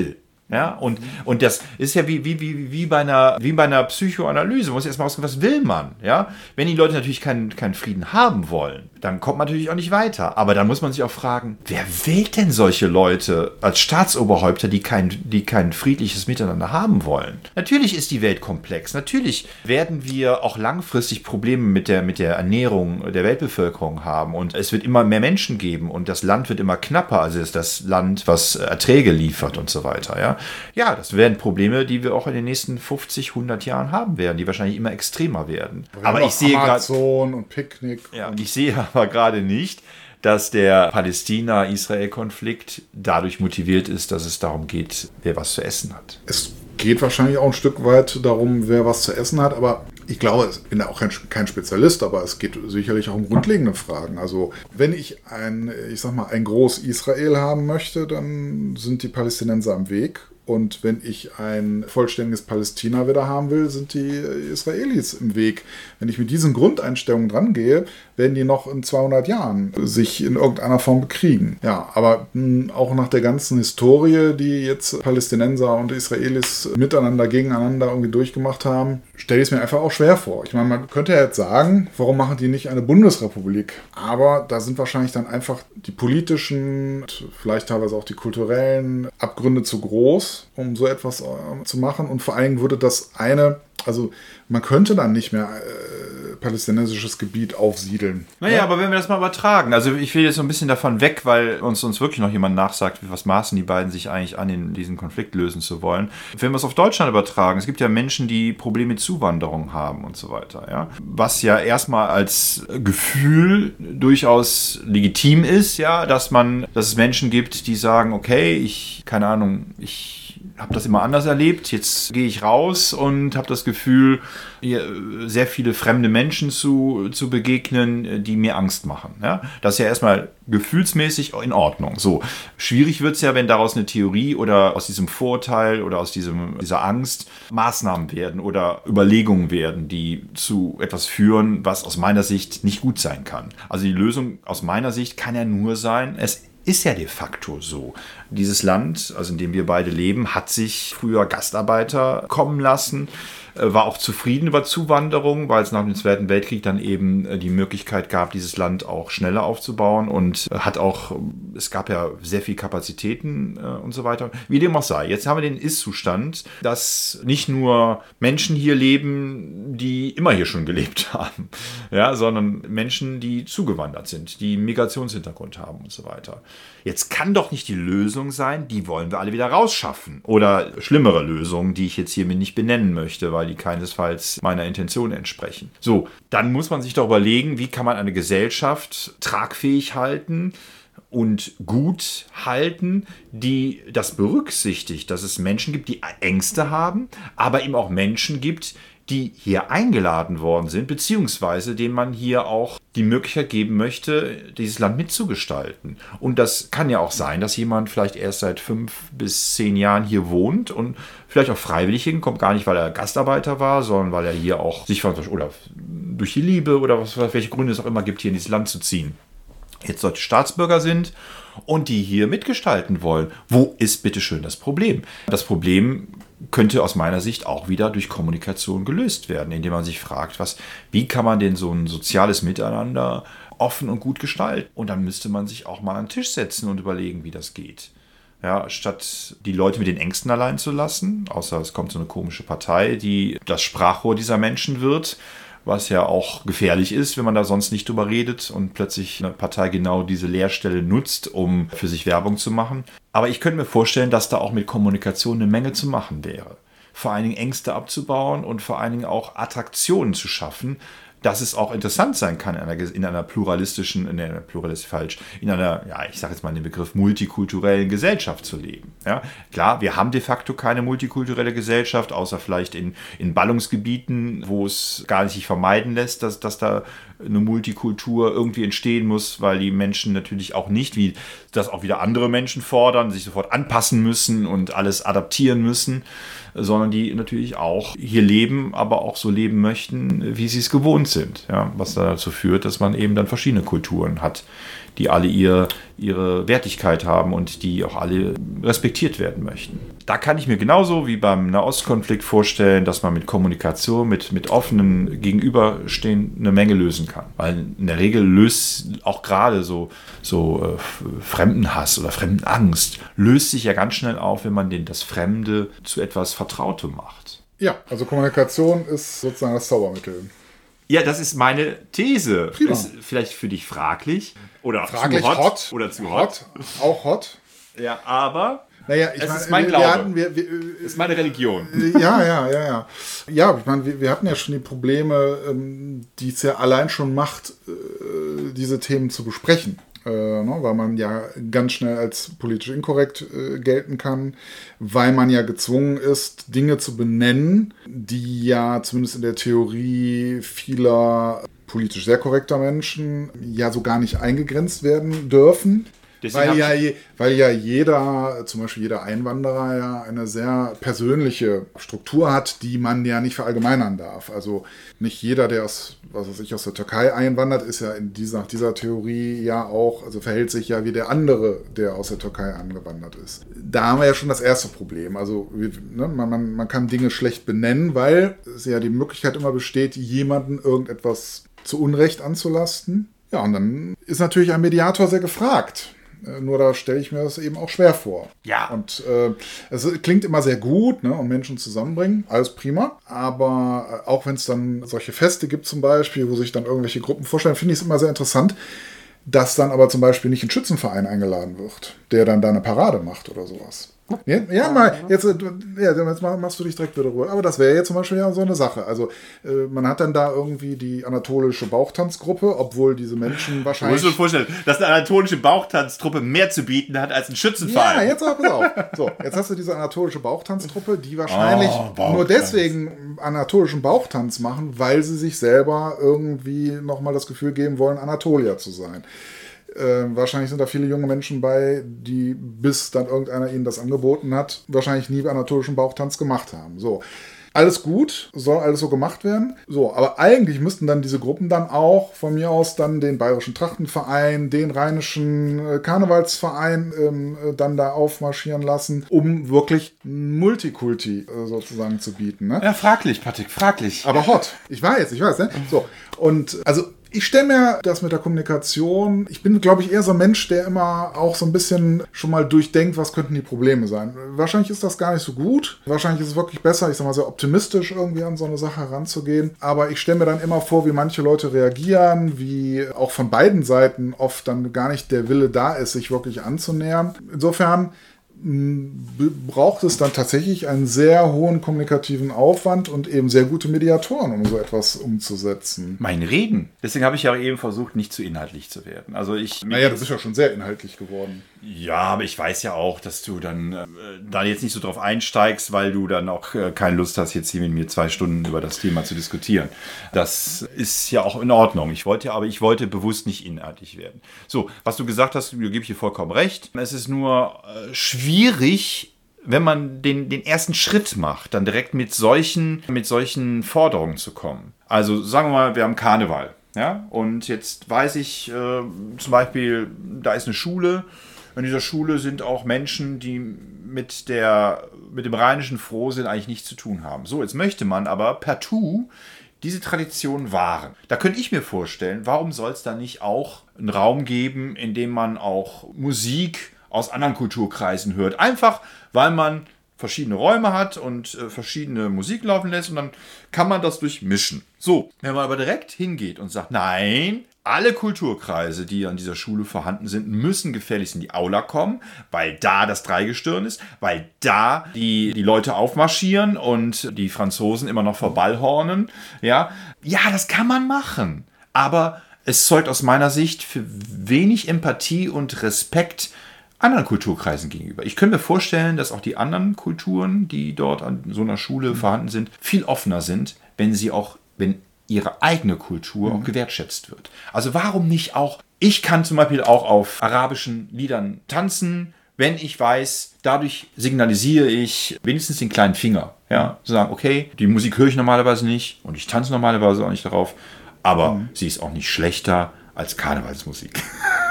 Ja, und das ist ja wie bei einer Psychoanalyse. Man muss erstmal rausfinden, was will man? Ja? Wenn die Leute natürlich keinen Frieden haben wollen, dann kommt man natürlich auch nicht weiter. Aber dann muss man sich auch fragen, wer wählt denn solche Leute als Staatsoberhäupter, die kein friedliches Miteinander haben wollen? Natürlich ist die Welt komplex. Natürlich werden wir auch langfristig Probleme mit der Ernährung der Weltbevölkerung haben. Und es wird immer mehr Menschen geben und das Land wird immer knapper. Also ist das Land, was Erträge liefert und so weiter. Ja, das werden Probleme, die wir auch in den nächsten 50, 100 Jahren haben werden, die wahrscheinlich immer extremer werden. Aber ich sehe Amazon und Picknick. Ja, ich sehe aber gerade nicht, dass der Palästina-Israel-Konflikt dadurch motiviert ist, dass es darum geht, wer was zu essen hat. Es geht wahrscheinlich auch ein Stück weit darum, wer was zu essen hat, aber ich glaube, ich bin auch kein Spezialist, aber es geht sicherlich auch um grundlegende Fragen. Also wenn ich ein Groß-Israel haben möchte, dann sind die Palästinenser am Weg. Und wenn ich ein vollständiges Palästina wieder haben will, sind die Israelis im Weg. Wenn ich mit diesen Grundeinstellungen dran gehe, werden die noch in 200 Jahren sich in irgendeiner Form bekriegen. Ja, aber auch nach der ganzen Historie, die jetzt Palästinenser und Israelis miteinander, gegeneinander irgendwie durchgemacht haben, stelle ich es mir einfach auch schwer vor. Ich meine, man könnte ja jetzt sagen, warum machen die nicht eine Bundesrepublik? Aber da sind wahrscheinlich dann einfach die politischen, vielleicht teilweise auch die kulturellen Abgründe zu groß, um so etwas zu machen. Und vor allem würde man könnte dann nicht mehr palästinensisches Gebiet aufsiedeln. Naja, aber wenn wir das mal übertragen, also ich will jetzt so ein bisschen davon weg, weil uns wirklich noch jemand nachsagt, was maßen die beiden sich eigentlich an, diesen Konflikt lösen zu wollen. Wenn wir es auf Deutschland übertragen, es gibt ja Menschen, die Probleme mit Zuwanderung haben und so weiter, ja. Was ja erstmal als Gefühl durchaus legitim ist, ja, dass es Menschen gibt, die sagen, okay, ich habe das immer anders erlebt, jetzt gehe ich raus und habe das Gefühl, sehr viele fremde Menschen zu begegnen, die mir Angst machen. Ja? Das ist ja erstmal gefühlsmäßig in Ordnung. So, schwierig wird es ja, wenn daraus eine Theorie oder aus diesem Vorurteil oder aus dieser Angst Maßnahmen werden oder Überlegungen werden, die zu etwas führen, was aus meiner Sicht nicht gut sein kann. Also die Lösung aus meiner Sicht kann ja nur sein, es ist ja de facto so. Dieses Land, also in dem wir beide leben, hat sich früher Gastarbeiter kommen lassen, war auch zufrieden über Zuwanderung, weil es nach dem Zweiten Weltkrieg dann eben die Möglichkeit gab, dieses Land auch schneller aufzubauen und es gab ja sehr viel Kapazitäten und so weiter. Wie dem auch sei. Jetzt haben wir den Ist-Zustand, dass nicht nur Menschen hier leben, die immer hier schon gelebt haben, ja, sondern Menschen, die zugewandert sind, die einen Migrationshintergrund haben und so weiter. Jetzt kann doch nicht die Lösung sein, die wollen wir alle wieder rausschaffen. Oder schlimmere Lösungen, die ich jetzt hier nicht benennen möchte, weil die keinesfalls meiner Intention entsprechen. So, dann muss man sich doch überlegen, wie kann man eine Gesellschaft tragfähig halten und gut halten, die das berücksichtigt, dass es Menschen gibt, die Ängste haben, aber eben auch Menschen gibt, die hier eingeladen worden sind, beziehungsweise denen man hier auch die Möglichkeit geben möchte, dieses Land mitzugestalten. Und das kann ja auch sein, dass jemand vielleicht erst seit 5 bis 10 Jahren hier wohnt und vielleicht auch freiwillig hinkommt, gar nicht, weil er Gastarbeiter war, sondern weil er hier auch sich oder durch die Liebe oder welche Gründe es auch immer gibt, hier in dieses Land zu ziehen. Jetzt solche Staatsbürger sind und die hier mitgestalten wollen. Wo ist bitteschön das Problem? Das Problem könnte aus meiner Sicht auch wieder durch Kommunikation gelöst werden, indem man sich fragt, wie kann man denn so ein soziales Miteinander offen und gut gestalten? Und dann müsste man sich auch mal an den Tisch setzen und überlegen, wie das geht. Ja, statt die Leute mit den Ängsten allein zu lassen, außer es kommt so eine komische Partei, die das Sprachrohr dieser Menschen wird, was ja auch gefährlich ist, wenn man da sonst nicht drüber redet und plötzlich eine Partei genau diese Leerstelle nutzt, um für sich Werbung zu machen. Aber ich könnte mir vorstellen, dass da auch mit Kommunikation eine Menge zu machen wäre. Vor allen Dingen Ängste abzubauen und vor allen Dingen auch Attraktionen zu schaffen, dass es auch interessant sein kann, in einer ich sage jetzt mal den Begriff multikulturellen Gesellschaft zu leben. Ja, klar, wir haben de facto keine multikulturelle Gesellschaft, außer vielleicht in Ballungsgebieten, wo es gar nicht sich vermeiden lässt, dass da eine Multikultur irgendwie entstehen muss, weil die Menschen natürlich auch nicht, wie das auch wieder andere Menschen fordern, sich sofort anpassen müssen und alles adaptieren müssen, sondern die natürlich auch hier leben, aber auch so leben möchten, wie sie es gewohnt sind. Ja, was dazu führt, dass man eben dann verschiedene Kulturen hat, die alle ihre Wertigkeit haben und die auch alle respektiert werden möchten. Da kann ich mir genauso wie beim Nahostkonflikt vorstellen, dass man mit Kommunikation, mit offenen Gegenüberstehen eine Menge lösen kann. Weil in der Regel löst auch gerade so Fremdenhass oder Fremdenangst, löst sich ja ganz schnell auf, wenn man das Fremde zu etwas Vertrautem macht. Ja, also Kommunikation ist sozusagen das Zaubermittel. Ja, das ist meine These. Prima. Ist vielleicht für dich fraglich oder fraglich, zu hot, hot oder zu hot. Auch hot. Ja, aber naja, es ist mein Glaube. Ist meine Religion. Ja. Ja, ich meine, wir hatten ja schon die Probleme, die es ja allein schon macht, diese Themen zu besprechen. Weil man ja ganz schnell als politisch inkorrekt gelten kann, weil man ja gezwungen ist, Dinge zu benennen, die ja zumindest in der Theorie vieler politisch sehr korrekter Menschen ja so gar nicht eingegrenzt werden dürfen. Weil ja jeder, zum Beispiel jeder Einwanderer ja eine sehr persönliche Struktur hat, die man ja nicht verallgemeinern darf. Also nicht jeder, der aus der Türkei einwandert, ist ja nach dieser Theorie ja auch, also verhält sich ja wie der andere, der aus der Türkei angewandert ist. Da haben wir ja schon das erste Problem. Also man kann Dinge schlecht benennen, weil es ja die Möglichkeit immer besteht, jemanden irgendetwas zu Unrecht anzulasten. Ja, und dann ist natürlich ein Mediator sehr gefragt. Nur da stelle ich mir das eben auch schwer vor. Ja. Und es klingt immer sehr gut, ne, und Menschen zusammenbringen, alles prima. Aber auch wenn es dann solche Feste gibt zum Beispiel, wo sich dann irgendwelche Gruppen vorstellen, finde ich es immer sehr interessant, dass dann aber zum Beispiel nicht ein Schützenverein eingeladen wird, der dann da eine Parade macht oder sowas. Jetzt machst du dich direkt wieder ruhig. Aber das wäre jetzt zum Beispiel ja so eine Sache. Also man hat dann da irgendwie die anatolische Bauchtanzgruppe, obwohl diese Menschen wahrscheinlich... Du musst dir vorstellen, dass eine anatolische Bauchtanztruppe mehr zu bieten hat als ein Schützenverein. Ja, jetzt pass auf. So, jetzt hast du diese anatolische Bauchtanztruppe, die wahrscheinlich nur deswegen anatolischen Bauchtanz machen, weil sie sich selber irgendwie nochmal das Gefühl geben wollen, Anatolier zu sein. Wahrscheinlich sind da viele junge Menschen bei, die, bis dann irgendeiner ihnen das angeboten hat, wahrscheinlich nie anatolischen Bauchtanz gemacht haben. So, alles gut, soll alles so gemacht werden. So, aber eigentlich müssten dann diese Gruppen dann auch von mir aus dann den Bayerischen Trachtenverein, den Rheinischen Karnevalsverein dann da aufmarschieren lassen, um wirklich Multikulti sozusagen zu bieten. Ne? Ja, fraglich, Patrick, fraglich. Aber hot. Ich weiß, ne? So, und also ich stelle mir das mit der Kommunikation, ich bin, glaube ich, eher so ein Mensch, der immer auch so ein bisschen schon mal durchdenkt, was könnten die Probleme sein. Wahrscheinlich ist das gar nicht so gut. Wahrscheinlich ist es wirklich besser, ich sag mal, sehr optimistisch irgendwie an so eine Sache heranzugehen. Aber ich stelle mir dann immer vor, wie manche Leute reagieren, wie auch von beiden Seiten oft dann gar nicht der Wille da ist, sich wirklich anzunähern. Insofern braucht es dann tatsächlich einen sehr hohen kommunikativen Aufwand und eben sehr gute Mediatoren, um so etwas umzusetzen. Mein Reden. Deswegen habe ich ja eben versucht, nicht zu inhaltlich zu werden. Also du bist ja schon sehr inhaltlich geworden. Ja, aber ich weiß ja auch, dass du dann jetzt nicht so drauf einsteigst, weil du dann auch keine Lust hast, jetzt hier mit mir 2 Stunden über das Thema zu diskutieren. Das ist ja auch in Ordnung. Ich wollte bewusst nicht inhaltlich werden. So, was du gesagt hast, gebe ich dir vollkommen recht. Es ist nur schwierig, wenn man den ersten Schritt macht, dann direkt mit solchen Forderungen zu kommen. Also sagen wir mal, wir haben Karneval. Ja? Und jetzt weiß ich zum Beispiel, da ist eine Schule. In dieser Schule sind auch Menschen, die mit dem rheinischen Frohsinn eigentlich nichts zu tun haben. So, jetzt möchte man aber partout diese Tradition wahren. Da könnte ich mir vorstellen, warum soll es da nicht auch einen Raum geben, in dem man auch Musik aus anderen Kulturkreisen hört. Einfach, weil man verschiedene Räume hat und verschiedene Musik laufen lässt und dann kann man das durchmischen. So, wenn man aber direkt hingeht und sagt, nein, alle Kulturkreise, die an dieser Schule vorhanden sind, müssen gefälligst in die Aula kommen, weil da das Dreigestirn ist, weil da die Leute aufmarschieren und die Franzosen immer noch verballhornen. Ja, das kann man machen. Aber es zeugt aus meiner Sicht für wenig Empathie und Respekt anderen Kulturkreisen gegenüber. Ich könnte mir vorstellen, dass auch die anderen Kulturen, die dort an so einer Schule vorhanden sind, viel offener sind, wenn ihre eigene Kultur auch gewertschätzt wird. Also warum nicht auch, ich kann zum Beispiel auch auf arabischen Liedern tanzen, wenn ich weiß, dadurch signalisiere ich wenigstens den kleinen Finger. Ja, zu sagen, okay, die Musik höre ich normalerweise nicht und ich tanze normalerweise auch nicht darauf, Aber sie ist auch nicht schlechter als Karnevalsmusik.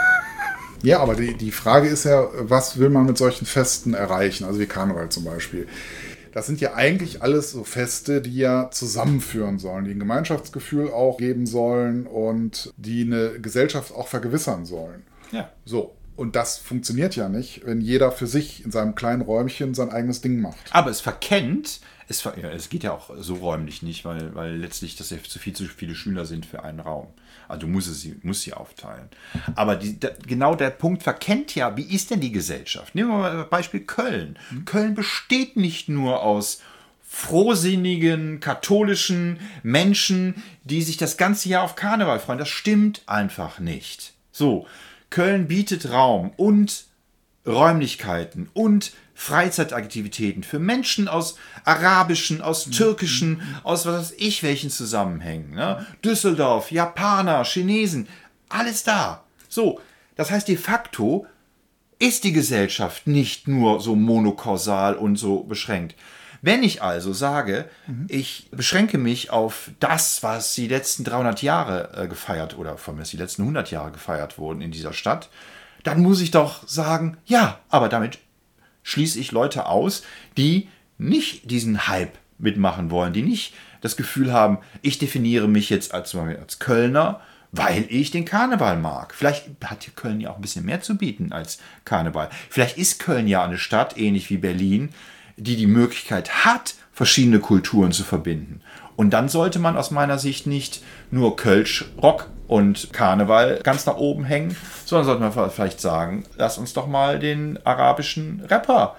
Ja, aber die Frage ist ja, was will man mit solchen Festen erreichen? Also wie Karneval zum Beispiel. Das sind ja eigentlich alles so Feste, die ja zusammenführen sollen, die ein Gemeinschaftsgefühl auch geben sollen und die eine Gesellschaft auch vergewissern sollen. Ja. So. Und das funktioniert ja nicht, wenn jeder für sich in seinem kleinen Räumchen sein eigenes Ding macht. Aber es verkennt, es geht ja auch so räumlich nicht, weil letztlich das ja zu viele Schüler sind für einen Raum. Also du musst sie aufteilen. Aber genau der Punkt verkennt ja, wie ist denn die Gesellschaft? Nehmen wir mal Beispiel Köln. Köln besteht nicht nur aus frohsinnigen, katholischen Menschen, die sich das ganze Jahr auf Karneval freuen. Das stimmt einfach nicht. So, Köln bietet Raum und Räumlichkeiten und Freizeitaktivitäten für Menschen aus arabischen, aus türkischen, aus was weiß ich welchen Zusammenhängen. Ne? Düsseldorf, Japaner, Chinesen, alles da. So, das heißt de facto ist die Gesellschaft nicht nur so monokausal und so beschränkt. Wenn ich also sage, ich beschränke mich auf das, was die letzten 300 Jahre gefeiert oder von mir die letzten 100 Jahre gefeiert wurden in dieser Stadt, dann muss ich doch sagen, ja, aber damit schließe ich Leute aus, die nicht diesen Hype mitmachen wollen, die nicht das Gefühl haben, ich definiere mich jetzt als Kölner, weil ich den Karneval mag. Vielleicht hat hier Köln ja auch ein bisschen mehr zu bieten als Karneval. Vielleicht ist Köln ja eine Stadt, ähnlich wie Berlin, die Möglichkeit hat, verschiedene Kulturen zu verbinden. Und dann sollte man aus meiner Sicht nicht nur Kölsch, Rock und Karneval ganz nach oben hängen, sondern sollte man vielleicht sagen, lass uns doch mal den arabischen Rapper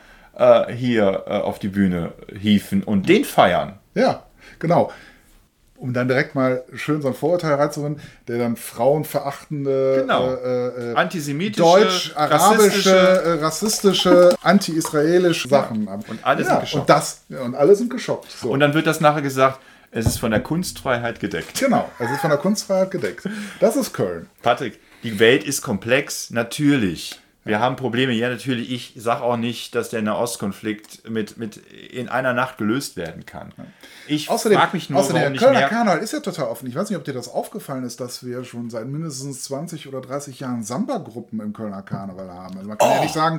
hier auf die Bühne hieven und den feiern. Ja, genau. Um dann direkt mal schön so ein Vorurteil reinzuholen, der dann frauenverachtende, antisemitische, deutsch-arabische, rassistische, anti-israelische Sachen haben. Und alle sind geschockt. Und alle sind geschockt. So. Und dann wird das nachher gesagt, es ist von der Kunstfreiheit gedeckt. Genau, es ist von der Kunstfreiheit gedeckt. Das ist Köln. Patrick, die Welt ist komplex, natürlich. Wir haben Probleme, ja natürlich. Ich sage auch nicht, dass der Nahostkonflikt mit in einer Nacht gelöst werden kann. Ich frage mich nur, warum nicht Kölner mehr... Karneval ist ja total offen. Ich weiß nicht, ob dir das aufgefallen ist, dass wir schon seit mindestens 20 oder 30 Jahren Samba-Gruppen im Kölner Karneval haben. Also man kann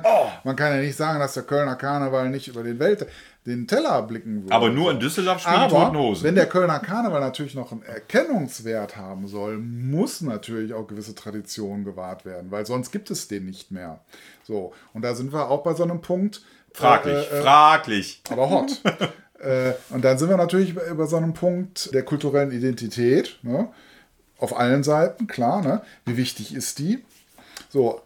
ja nicht sagen, dass der Kölner Karneval nicht über den Teller blicken würde. Aber nur in Düsseldorf spielen die Toten Hosen. Wenn der Kölner Karneval natürlich noch einen Erkennungswert haben soll, muss natürlich auch gewisse Traditionen gewahrt werden, weil sonst gibt es den nicht mehr. So, und da sind wir auch bei so einem Punkt. Fraglich. Aber hot. Und dann sind wir natürlich bei so einem Punkt der kulturellen Identität. Ne? Auf allen Seiten, klar. Ne? Wie wichtig ist die? So.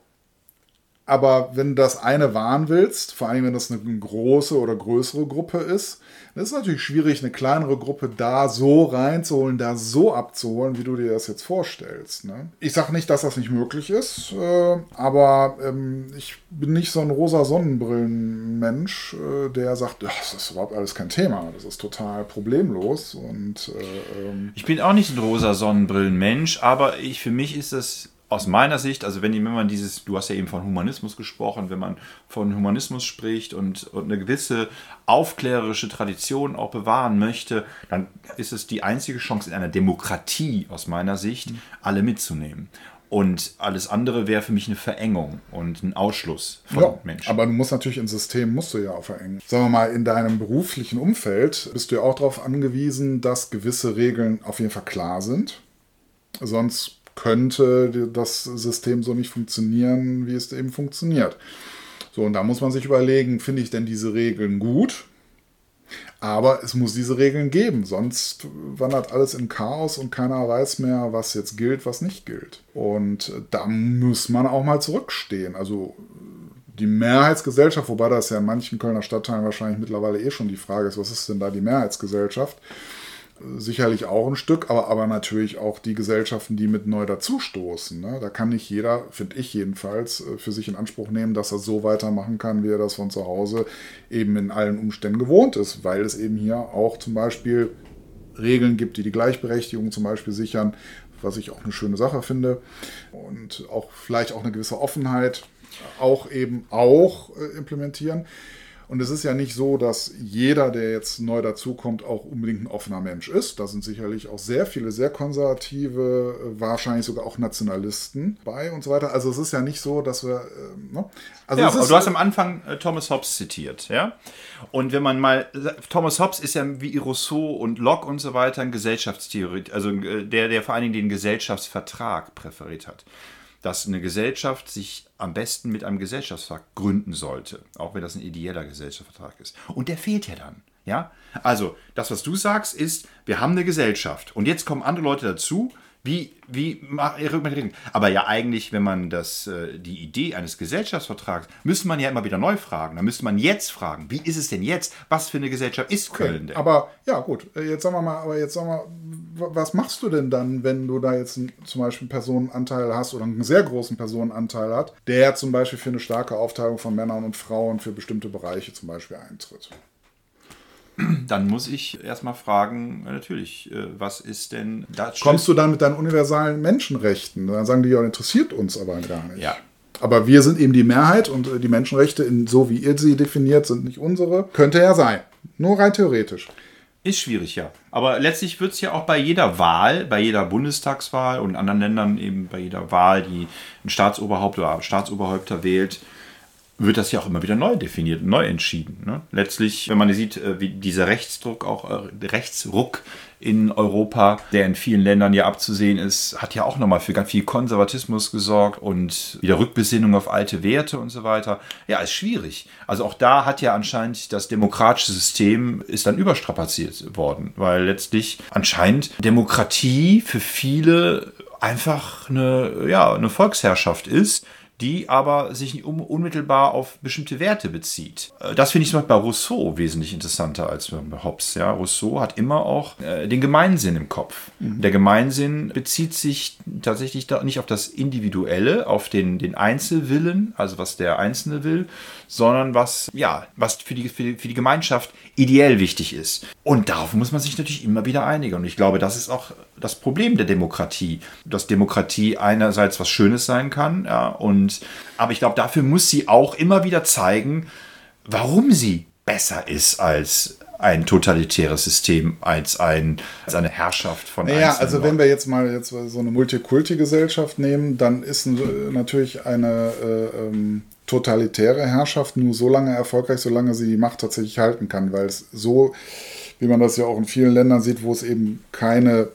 Aber wenn du das eine wahren willst, vor allem wenn das eine große oder größere Gruppe ist, dann ist es natürlich schwierig, eine kleinere Gruppe da so reinzuholen, da so abzuholen, wie du dir das jetzt vorstellst. Ne? Ich sage nicht, dass das nicht möglich ist, aber ich bin nicht so ein rosa Sonnenbrillenmensch, der sagt, das ist überhaupt alles kein Thema, das ist total problemlos. Und ich bin auch nicht ein rosa Sonnenbrillenmensch, aber für mich ist das aus meiner Sicht, also wenn man du hast ja eben von Humanismus gesprochen, wenn man von Humanismus spricht und eine gewisse aufklärerische Tradition auch bewahren möchte, dann ist es die einzige Chance in einer Demokratie aus meiner Sicht, alle mitzunehmen. Und alles andere wäre für mich eine Verengung und ein Ausschluss von Menschen. Aber du musst natürlich im System, musst du ja auch verengen. Sagen wir mal, in deinem beruflichen Umfeld bist du ja auch darauf angewiesen, dass gewisse Regeln auf jeden Fall klar sind. Sonst könnte das System so nicht funktionieren, wie es eben funktioniert. So, und da muss man sich überlegen, finde ich denn diese Regeln gut? Aber es muss diese Regeln geben, sonst wandert alles in Chaos und keiner weiß mehr, was jetzt gilt, was nicht gilt. Und da muss man auch mal zurückstehen. Also die Mehrheitsgesellschaft, wobei das ja in manchen Kölner Stadtteilen wahrscheinlich mittlerweile schon die Frage ist, was ist denn da die Mehrheitsgesellschaft? Sicherlich auch ein Stück, aber natürlich auch die Gesellschaften, die mit neu dazustoßen. Ne? Da kann nicht jeder, finde ich jedenfalls, für sich in Anspruch nehmen, dass er so weitermachen kann, wie er das von zu Hause eben in allen Umständen gewohnt ist, weil es eben hier auch zum Beispiel Regeln gibt, die die Gleichberechtigung zum Beispiel sichern, was ich auch eine schöne Sache finde und auch vielleicht auch eine gewisse Offenheit auch implementieren. Und es ist ja nicht so, dass jeder, der jetzt neu dazukommt, auch unbedingt ein offener Mensch ist. Da sind sicherlich auch sehr viele sehr konservative, wahrscheinlich sogar auch Nationalisten bei und so weiter. Also es ist ja nicht so, dass wir... Also ja, es ist, aber du hast am Anfang Thomas Hobbes zitiert, ja? Und wenn man mal... Thomas Hobbes ist ja wie Rousseau und Locke und so weiter ein Gesellschaftstheorie, also der vor allen Dingen den Gesellschaftsvertrag präferiert hat. Dass eine Gesellschaft sich am besten mit einem Gesellschaftsvertrag gründen sollte, auch wenn das ein ideeller Gesellschaftsvertrag ist. Und der fehlt ja dann. Ja? Also, das, was du sagst, ist, wir haben eine Gesellschaft und jetzt kommen andere Leute dazu, aber ja eigentlich, wenn man die Idee eines Gesellschaftsvertrags, müsste man ja immer wieder neu fragen. Da müsste man jetzt fragen, wie ist es denn jetzt? Was für eine Gesellschaft ist Köln denn? Aber ja gut, jetzt sagen wir mal, was machst du denn dann, wenn du da jetzt zum Beispiel einen Personenanteil hast oder einen sehr großen Personenanteil hat, der zum Beispiel für eine starke Aufteilung von Männern und Frauen für bestimmte Bereiche zum Beispiel eintritt? Dann muss ich erstmal fragen, natürlich, was ist denn das? Kommst du dann mit deinen universalen Menschenrechten? Dann sagen die, ja, interessiert uns aber gar nicht. Ja. Aber wir sind eben die Mehrheit und die Menschenrechte, so wie ihr sie definiert, sind nicht unsere. Könnte ja sein. Nur rein theoretisch. Ist schwierig, ja. Aber letztlich wird es ja auch bei jeder Wahl, bei jeder Bundestagswahl und in anderen Ländern eben bei jeder Wahl, die ein Staatsoberhaupt oder Staatsoberhäupter wählt, wird das ja auch immer wieder neu definiert, neu entschieden. Ne? Letztlich, wenn man sieht, wie dieser Rechtsruck in Europa, der in vielen Ländern ja abzusehen ist, hat ja auch nochmal für ganz viel Konservatismus gesorgt und wieder Rückbesinnung auf alte Werte und so weiter. Ja, ist schwierig. Also auch da hat ja anscheinend das demokratische System ist dann überstrapaziert worden, weil letztlich anscheinend Demokratie für viele einfach eine Volksherrschaft ist, die aber sich nicht unmittelbar auf bestimmte Werte bezieht. Das finde ich zum Beispiel bei Rousseau wesentlich interessanter als bei Hobbes. Ja? Rousseau hat immer auch den Gemeinsinn im Kopf. Mhm. Der Gemeinsinn bezieht sich tatsächlich nicht auf das Individuelle, auf den Einzelwillen, also was der Einzelne will, sondern was für die Gemeinschaft ideell wichtig ist. Und darauf muss man sich natürlich immer wieder einigen. Und ich glaube, das ist auch das Problem der Demokratie. Dass Demokratie einerseits was Schönes sein kann, ja, aber ich glaube, dafür muss sie auch immer wieder zeigen, warum sie besser ist als ein totalitäres System, als eine Herrschaft von Einzelnen. Ja, also wenn wir jetzt so eine Multikulti-Gesellschaft nehmen, dann ist natürlich eine totalitäre Herrschaft nur so lange erfolgreich, solange sie die Macht tatsächlich halten kann, weil es so, wie man das ja auch in vielen Ländern sieht, wo es eben keine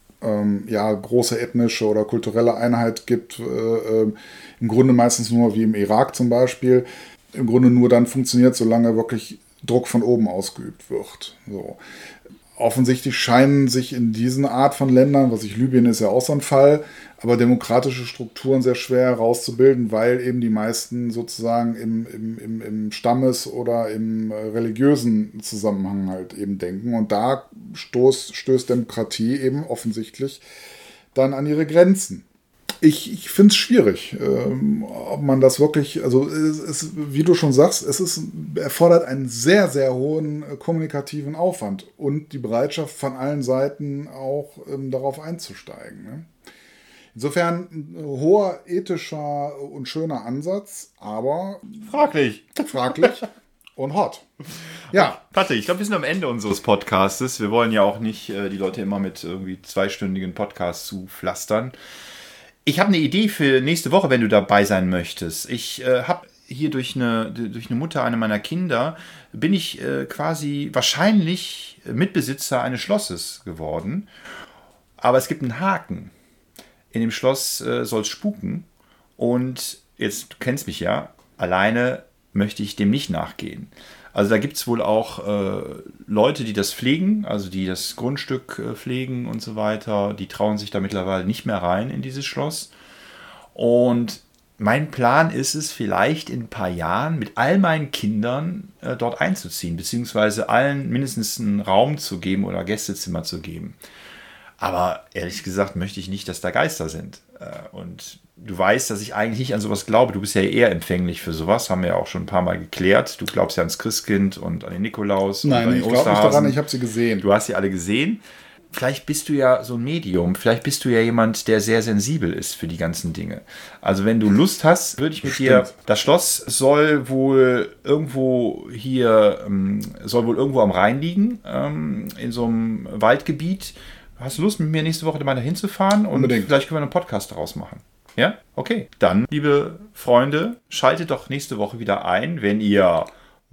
große ethnische oder kulturelle Einheit gibt, im Grunde meistens nur wie im Irak zum Beispiel, im Grunde nur dann funktioniert, solange wirklich Druck von oben ausgeübt wird. So. Offensichtlich scheinen sich in diesen Art von Ländern, Libyen ist ja auch so ein Fall, aber demokratische Strukturen sehr schwer herauszubilden, weil eben die meisten sozusagen im Stammes- oder im religiösen Zusammenhang halt eben denken. Und da stößt Demokratie eben offensichtlich dann an ihre Grenzen. Ich finde es schwierig, ob man das wirklich, also wie du schon sagst, erfordert einen sehr, sehr hohen kommunikativen Aufwand und die Bereitschaft von allen Seiten auch darauf einzusteigen. Ne? Insofern ein hoher ethischer und schöner Ansatz, aber fraglich und hot. Ja. Patrick, ich glaube, wir sind am Ende unseres Podcastes. Wir wollen ja auch nicht die Leute immer mit irgendwie 2-stündigen Podcasts zupflastern. Ich habe eine Idee für nächste Woche, wenn du dabei sein möchtest. Ich habe hier durch eine Mutter einer meiner Kinder, bin ich quasi wahrscheinlich Mitbesitzer eines Schlosses geworden. Aber es gibt einen Haken. In dem Schloss soll es spuken. Und jetzt, du kennst mich ja, alleine möchte ich dem nicht nachgehen. Also da gibt es wohl auch Leute, die das pflegen, also die das Grundstück pflegen und so weiter. Die trauen sich da mittlerweile nicht mehr rein in dieses Schloss. Und mein Plan ist es, vielleicht in ein paar Jahren mit all meinen Kindern dort einzuziehen, beziehungsweise allen mindestens einen Raum zu geben oder Gästezimmer zu geben. Aber ehrlich gesagt möchte ich nicht, dass da Geister sind. Und du weißt, dass ich eigentlich nicht an sowas glaube. Du bist ja eher empfänglich für sowas. Haben wir ja auch schon ein paar Mal geklärt. Du glaubst ja ans Christkind und an den Nikolaus. Nein, und an den ich glaube nicht daran. Ich habe sie gesehen. Du hast sie alle gesehen. vielleicht bist du ja so ein Medium, vielleicht bist du ja jemand, der sehr sensibel ist für die ganzen Dinge. Also wenn du Lust hast, würde ich mit dir, das Schloss soll wohl irgendwo am Rhein liegen, in so einem Waldgebiet. Hast du Lust, mit mir nächste Woche mal dahin zu fahren? Und vielleicht können wir einen Podcast daraus machen. Ja? Okay. Dann, liebe Freunde, schaltet doch nächste Woche wieder ein, wenn ihr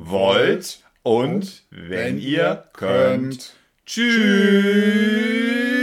wollt und wenn ihr könnt. Tschüss.